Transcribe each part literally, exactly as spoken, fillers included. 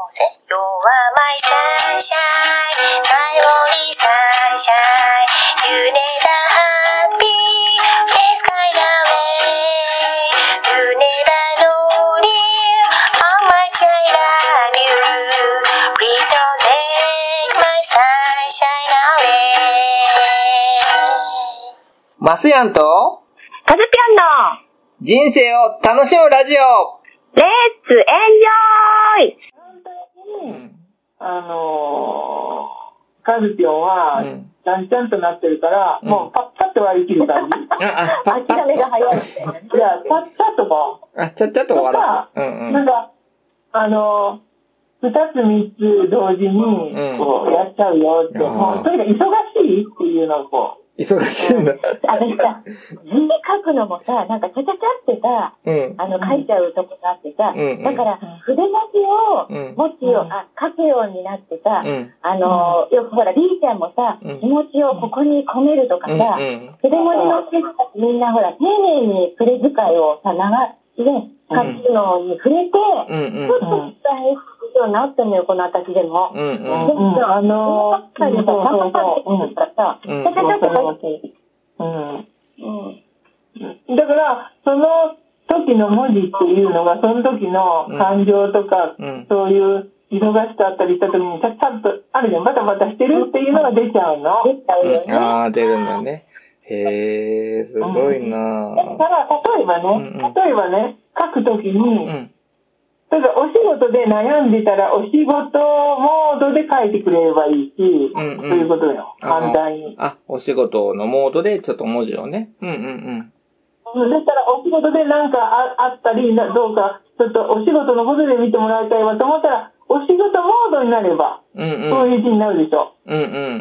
Say You are my sunshine, my only sunshine. You never happy, face kind away. You never know dear, how much I love you. Please don't take my sunshine away. マスヤンとカズピョンの人生を楽しむラジオ。 レッツエンジョイ。 うん、あのー、カズピョンは、ちゃんちゃんとなってるから、うん、もうパッパッと割り切る感じ。 あ、あ、パッパッと。 諦めが早いみたいな。 いや、パッパッとか。 あ、ちゃっちゃっと終わらす。うんうん。 なんか、あのー、二つ三つ同時に、こう、やっちゃうよって、うん、もう、とにかく忙しいっていうのをこう、 忙しいんだ。 私さ、字書くのもさ、なんかちゃちゃちゃってさ、うん、あの書いちゃうとこがあってさ、うんうん、だから筆文字を、文字を、あ、書くようになってさ、うん、あの、よくほら、リーちゃんもさ、うん、気持ちをここに込めるとかさ、うんうん、筆文字の人たちみんなほら、丁寧に筆遣いをさ、長ね、書くのに触れて、うんうん、ちょっと伝えようになったのよ、この私でも。うんうん、でも、あのー、そうそうそう。 だから、その時の文字っていうのが、その時の感情とか、うん、そういう忙しかったりした時に、ちゃんとあるじゃん、バタバタしてるっていうのが出ちゃうの。 出ちゃうよね。 ああ、出るんだね。へえ、すごいな、 うん、だから、例えばね、うんうん、例えばね、書く時に、うんただお仕事で悩んでたらお仕事モードで書いてくれればいいし、うんうん、そういうことよ。反対に。 あ、お仕事のモードでちょっと文字をね。うんうんうん。 だったらお仕事でなんか あ, あったりどうか、ちょっとお仕事のことで見てもらいたいわと思ったら、お仕事モードになれば、うんうん、そういう字になるでしょ。うんうん。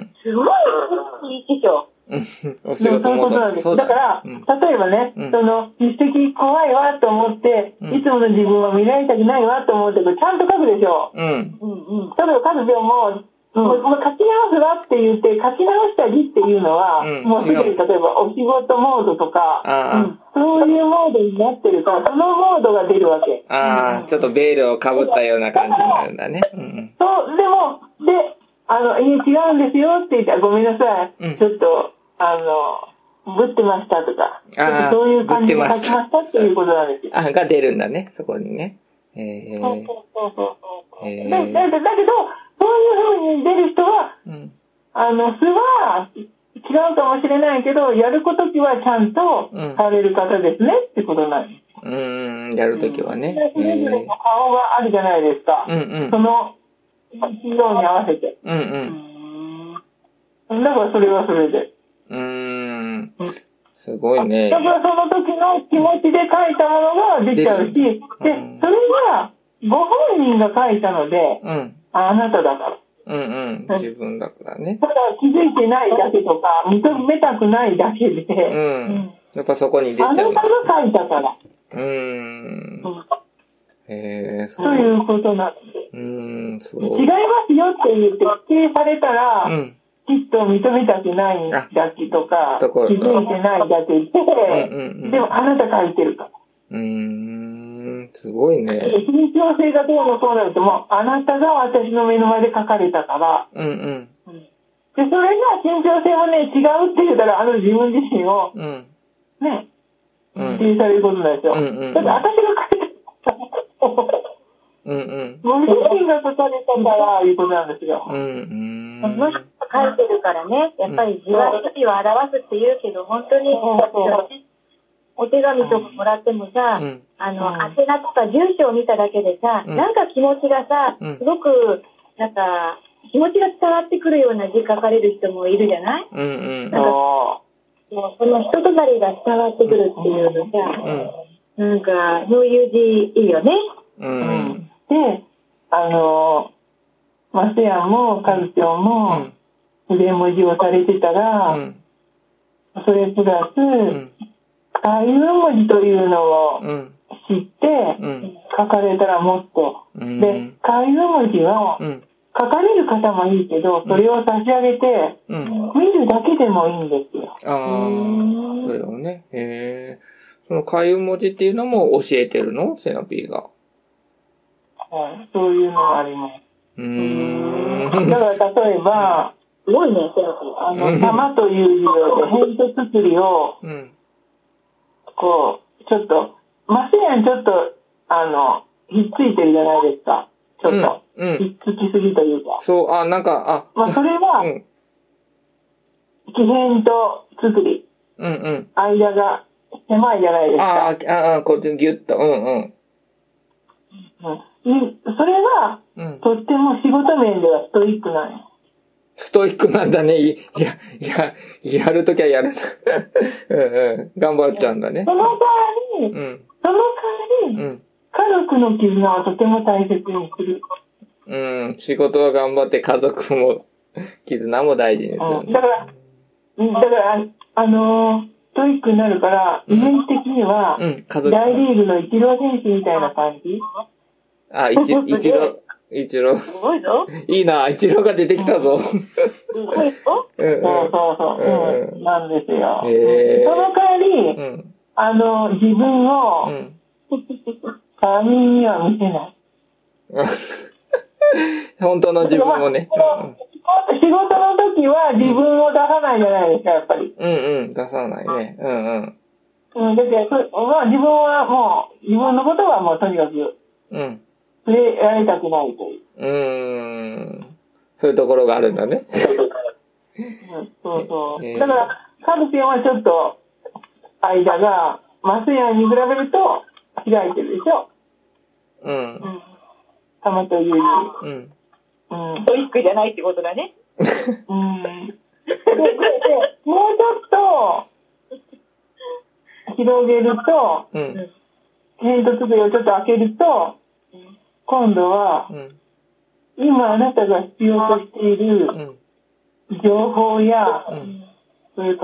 すごいいいでしょ。 お仕事モード。 そういうことなんです。だから、うん、例えばね、うん、その、実績怖いわと思って、うん、いつもの自分は見られたくないわと思ってちゃんと書くでしょ。うん。うんうん。例えば、カズピョンも、うん、もう書き直すわって言って、書き直した字っていうのは、うん、もうすでに例えば、お仕事モードとか、うん、そういうモードになってるから、そのモードが出るわけ。 ああ、うん、ちょっとベールを被ったような感じになるんだね。うん、 そう、でも、で、あの、いや違うんですよって言ったら、ごめんなさい。うん、ちょっと、あの、ぶってましたとか、あそういう感じで書きましたっていうことなんですよ。 あ、が出るんだね、そこにね。えー、 そうそうそうそう。えー、だ, だ, だけど、そういう風に出る人は、うん、あの、素は違うかもしれないけど、やるときはちゃんとされる方ですね、うん、ってことなんです。 うーん、やるときはね。 それぞれの顔があるじゃないですか。うんうん、その、色に合わせて。うんうん。だからそれはそれで。 うーん。すごいね。 だからその時の気持ちで書いたものが出ちゃうし、で、それはご本人が書いたので、うん、あなただから。 うんうん。自分だからね。 ただ気づいてないだけとか、認めたくないだけで、うん。やっぱそこに出ちゃう。あなたが書いたから。 うーん。へえ、 そう。ということなんです。 うーん、そう。 違いますよって言って否定されたら、うんきっと認めたくないだけとか、気づいてないだけで、うんうんうん、でもあなた書いてるから。 うーん、すごいね。 緊張性がどうのこうなると、もうあなたが私の目の前で書かれたから、うんうんうん、で、それが緊張性もね、違うって言ったら、あの自分自身を、うん、ね、否定されることなんですよ。うんうんうん、だって私が書いたうんうん。ご自身が書かれたから、いうことなんですよ。うんうん。 その人が書いてるからね、やっぱり字は意味を表すって言うけど、本当に、お手紙とかもらってもさ、うん、あの、宛名とか住所を見ただけでさ、うん、なんか気持ちがさ、すごく、なんか、気持ちが伝わってくるような字書かれる人もいるじゃない？うんうん。なんか、もうその人となりが伝わってくるっていうのさ、うん、なんか、そういう字いいよね。 うん。うんで、あの、マスヤンもカズピョンも筆文字をされてたら、うん、それプラス、うん、開運文字というのを知って、うん、書かれたらもっと。うん、で、開運文字は、書かれる方もいいけど、それを差し上げて、うん、見るだけでもいいんですよ。 ああ、それをね。へえ。その開運文字っていうのも教えてるの？セナピーが。 はい、そういうのがあります。 うーん。 だから例えば、 すごいね、 あの、玉という字で、ヘント作りを、うん、こう、ちょっと、マスヤにちょっと、あの、ひっついてるじゃないですか。ちょっと。うんうん、ひっつきすぎというか。 そう、あ、なんか、 あ。まあ、それは、うん、木片と作り。 うんうん。 間が狭いじゃないですか。 ああ、ああ、こっちギュッと、うんうん。 うん、それは、うん、とっても仕事面ではストイックなんです。 ストイックなんだね。いや、いや、やるときはやるんだ。うんうん。頑張っちゃうんだね。 その代わり、うん、その代わり、うん、家族の絆はとても大切にする。 うん、仕事は頑張って家族も、絆も大事にする、 うん。だから、だから、あのー、ストイックになるから、イメージ的には、うん、家族大リーグのイチロー選手みたいな感じ。 あ、イチ、イチロー。イチロー。 すごいぞ。 いいな、イチローが出てきたぞ。 すごいぞ。 そうそうそう。うん。なんですよ。へその代わり、うん、あの、自分を、うん、他人には見せない。 本当の自分をね。 仕事の時は自分を出さないじゃないですか、やっぱり。 うんうん、出さないね。うんうん。 うん、だって、まあ自分はもう、自分のことはもうとにかく、うん。触れられたくないという。 うーん。そういうところがあるんだね。 うん、そうそう。えー、だから、カルピオンはちょっと、間が、マスヤンに比べると、開いてるでしょ。うん。うん。玉というより。うん。 うん。ストイックじゃないってことだね。 うん。で、もうちょっと、広げると、うん。ヘント作りをちょっと開けると、今度は、うん、今あなたが必要としている情報や、うん、それから、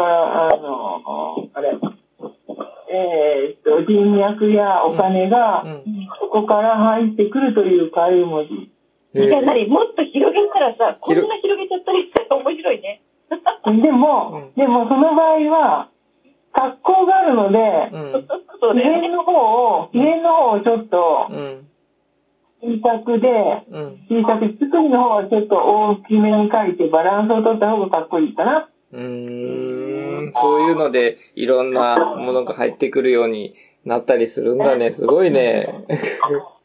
あの、あれ、えー、っと、人脈やお金が、そこから入ってくるという回文字。 じゃあ何もっと広げたらさ、こんな広げちゃったりしたら面白いね。 でも、でもその場合は、格好があるので、うん、秘伝の方を、秘伝の方をちょっと、うん小さくで、小さく作りの方はちょっと大きめに書いてバランスを取った方がかっこいいかな。 うーん、そういうのでいろんなものが入ってくるようになったりするんだね。すごいね。で、で、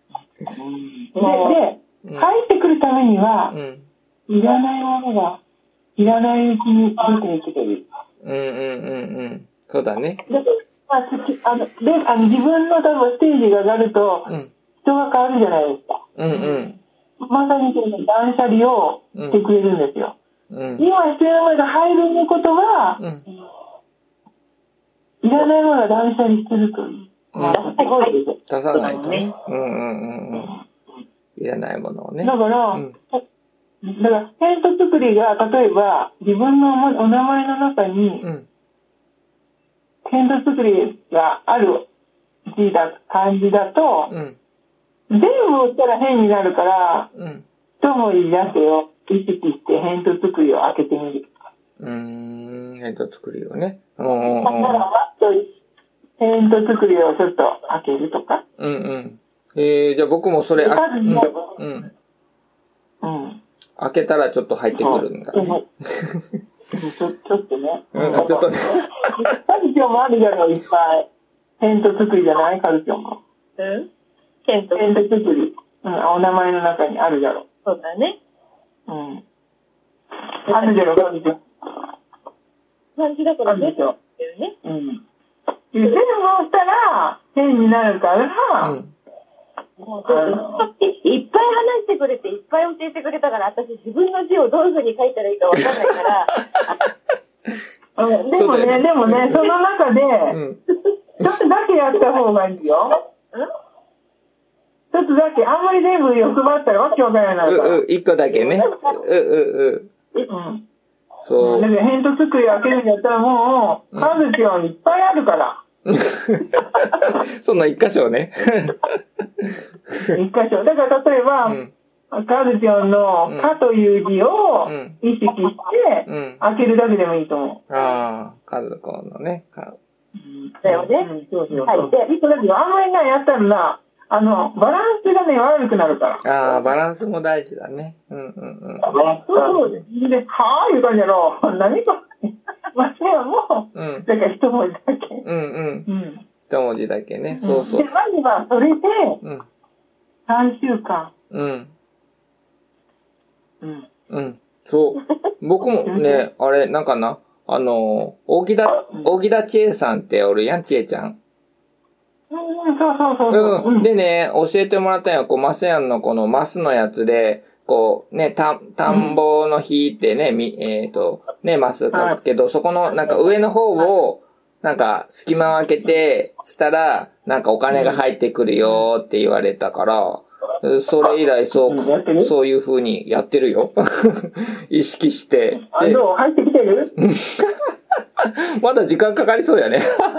入ってくるためには、うん、いらないものが、いらないうちに出ていくという。 うんうんうんうん。そうだね。 で、あのであの自分の多分ステージが上がると、うん人が変わるじゃないですか。うんうん。まさに断捨離をしてくれるんですよ。うん、今必要なものが入るってことは、うん、いらないものが断捨離するという。 うん、すごいです。出さないとね。うんうんうんうん。いらないものをね。 だから、うん、だから、テント作りが、例えば、自分のお名前の中に、うん、テント作りがある字だ、漢字だと、うん全部押したら変になるから、うん。一文字だけを意識してヘント作りを開けてみる。 うーん、ヘント作りをね。 うんうんうん。だから、ヘント作りをちょっと開けるとか。 うんうん。えー、じゃあ僕もそれ、あうん。うん。うん。開けたらちょっと入ってくるんだね。ちょ、 ちょっとね。 うん、ちょっとね。 カルピオンもあるじゃない、いっぱい。ヘント作りじゃないカルピオンも。 うんテント作り、うん、お名前の中にあるじゃろ。 そうだね。 うん。あるじゃろ、感じ。 感じだからね。 うん。全部押したら、変になるから、うん。 もうちょっといっぱい話してくれて、いっぱい教えてくれたから、私自分の字をどういうふうに書いたらいいかわかんないから。うん、でもね、でもね、その中で、うん、ちょっとだけやった方がいいよ。うんちょっとだけ、あんまり全部欲張ったらわけわからないから。 う、う、一個だけね。う、う、う。うん。そう。 だからヘント作り開けるんやったらもう、カズピョンいっぱいあるから。 そんな一箇所ね。 一箇所。だから例えば、うん、カズピョンのカという字を意識して開けるだけでもいいと思う。 ああ、カズコのね。 だよね。そうそう。はい。で、いくらでもあんまりな、やったらな、 あの、バランスがね、悪くなるから。 ああ、バランスも大事だね。うんうんうん。 そうです。で、はぁ、いう感じやろ。何か、まさやも、うん。だから一文字だけ。 うんうん。うん。一文字だけね。そうそう。 で、まずは、それで、うん。さんしゅうかん。 うん。うん。うん。そう。僕もね、あれ、なんかな、あの、大木田、大木田千恵さんっておるやん、千恵ちゃん。 うん、そうそうそう。 うん。でね、教えてもらったよ。こう、マスヤンのこのマスのやつで、こう、ね、た、田んぼの日ってね、み、えっと、ね、マス書くけど、はい、そこの、なんか上の方を、なんか、隙間を開けて、したら、なんかお金が入ってくるよって言われたから、それ以来、そう、そういう風にやってるよ。意識して。 あ、どう入ってきてるまだ時間かかりそうやね。そ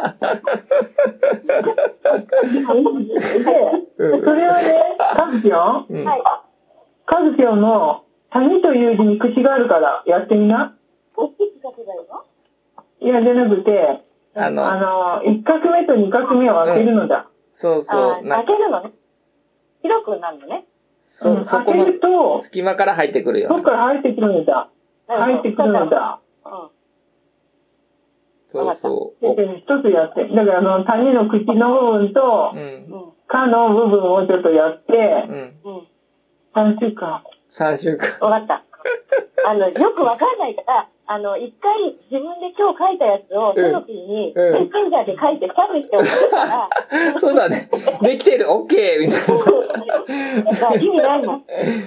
れはね、カズキョン、はい、カズキョンの谷という字に口があるからやってみな。 大きく書けばいいの？ いや、じゃなくて、あの、あの、一画目と二画目を開けるのだ。 うん、そうそう。 開けるのね。広くなるのね。 そう、うん、そこの隙間から入ってくるよ、ね。 そこから入ってくるのだ。入ってくるのだ。うん。 そうそう。 一つやって。だからあの、谷の口の部分と、うん、かの部分をちょっとやって、うん。さんしゅうかん。 さんしゅうかん。 わかった。あの、よくわかんないから、あの、一回自分で今日書いたやつを、セロピーに、メッセンジャーで書いて、サブして送るから。 そうだね。できてる、オッケーみたいな。 意味ないもん。ね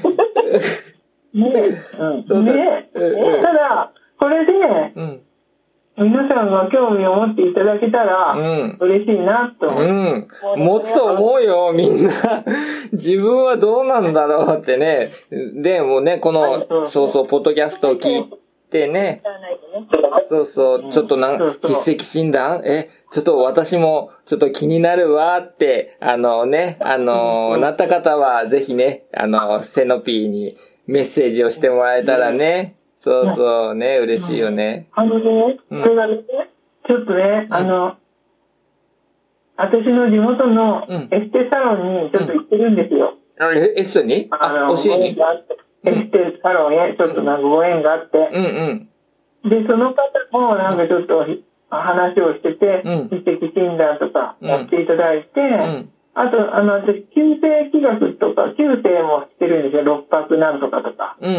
え。うん。ねえ。ただ、これで、うん。皆さんが興味を持っていただけたら、嬉しいなと思う。 うん。持つと思うよ、みんな。自分はどうなんだろうってね。でもね、この、そうそう、ポッドキャストを聞いてね。そうそう、ちょっとなん、筆跡診断え、ちょっと私も、ちょっと気になるわって、あのね、あの、なった方は、ぜひね、あの、セノピーにメッセージをしてもらえたらね。そうそうね、嬉しいよね。 あのね、これがね、ちょっとね、あの、私の地元のエステサロンにちょっと行ってるんですよ。 あ、エステに？あの、教えに？ エステサロンへちょっとなんかご縁があって。 うんうん。で、その方もなんかちょっと話をしてて、筆跡診断とかやっていただいて、あと、あの、私、急性気学とか、急性もしてるんですよ。六拍なんとかとか。 うんうん。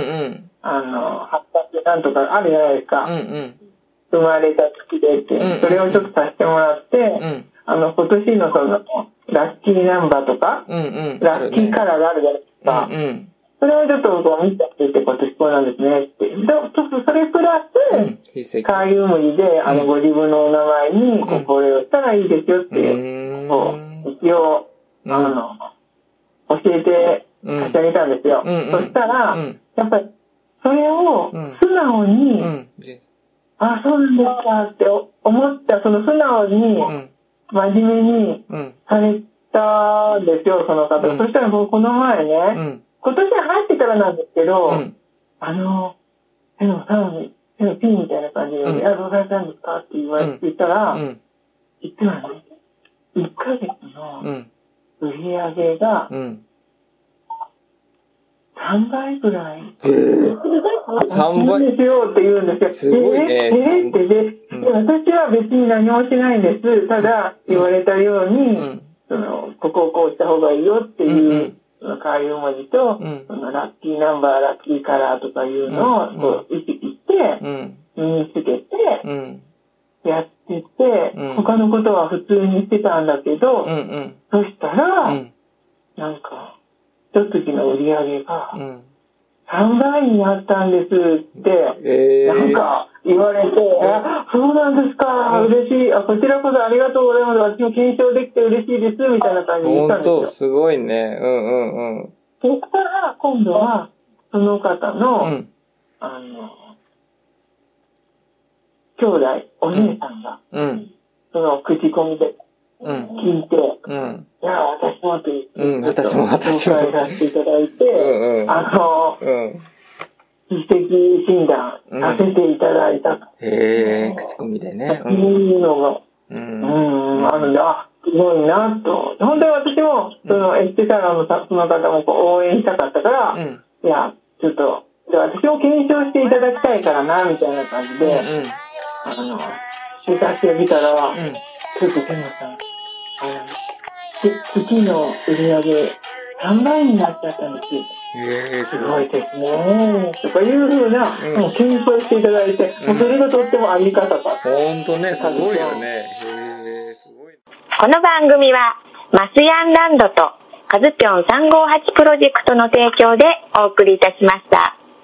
あの、八拍なんとかあるじゃないですか。 うんうん。 生まれた月でって、うんうんうん、それをちょっとさせてもらって、うん、あの、今年のその、ラッキーナンバーとか、 うんうん、 ラッキーカラーがあるじゃないですか。 うんうん、 それをちょっとこう見てって今年こうなんですねって。で、ちょっとそれプラス、開運無理で、あの、ご自分のお名前に、こうこれをしたらいいですよっていう、こう、一応、あの、教えて差し上げたんですよ。 うんうん、 そしたら、やっぱり、それを素直に、 うんうんあ、そうなんですかって思った、その素直に、真面目にされたんですよ、その方。うん、そしたら僕この前ね、うん、今年入ってからなんですけど、うん、あの、でもさ、でもピンみたいな感じで、うん、いや、どうされたんですかって言われて言ったら、うん、実はね、いっかげつの売り上げが、うんさんばいぐらい。 えー、さんばいですよって言うんですよ。 すごいね。 えー、えー、ってで、うん、私は別に何もしないんです。ただ、言われたように、うん、その、ここをこうした方がいいよっていう、うん、その開運文字と、うん、そのラッキーナンバー、ラッキーカラーとかいうのを、こう、意識して、身につけて、やってて、うん、他のことは普通にしてたんだけど、うんうん、そしたら、うん、なんか、一月の売り上げがさんばいになったんですって、えー、なんか言われて、あ、そうなんですか、うん、嬉しい、あ、こちらこそありがとうございます、私も検証できて嬉しいです、みたいな感じで言ったんですよ。 本当、すごいね。うんうんうん。 そしたら、今度は、その方の、うん、あの、兄弟、お姉さんが、うん、その口コミで聞いて、うん、いや、私もと言って、 うん、私も私も。 紹介させていただいて、うんうん、あの、うん、筆跡診断させていただいたと。 へえ、口コミでね。 うん、いうのが、うん、うん、あのね、あ、 すごいなと。本当に私も、そのエステサロンのその方もこう応援したかったから、うん、いや、ちょっと、私も検証していただきたいからな、みたいな感じで、うんうん、あの、聞かせてみたら、うん、ちょっとでもさ、あの、月の売り上げさんばいになっちゃったんですよ。 えー、 すごいですね。とかいうふうな、うん、もう検証していただいて、うん、もうそれがとってもありがたかった。 ほんとね、すごいよね。へー、すごい。 この番組は、マスヤンランドとカズピョンさんごーはちプロジェクトの提供でお送りいたしました。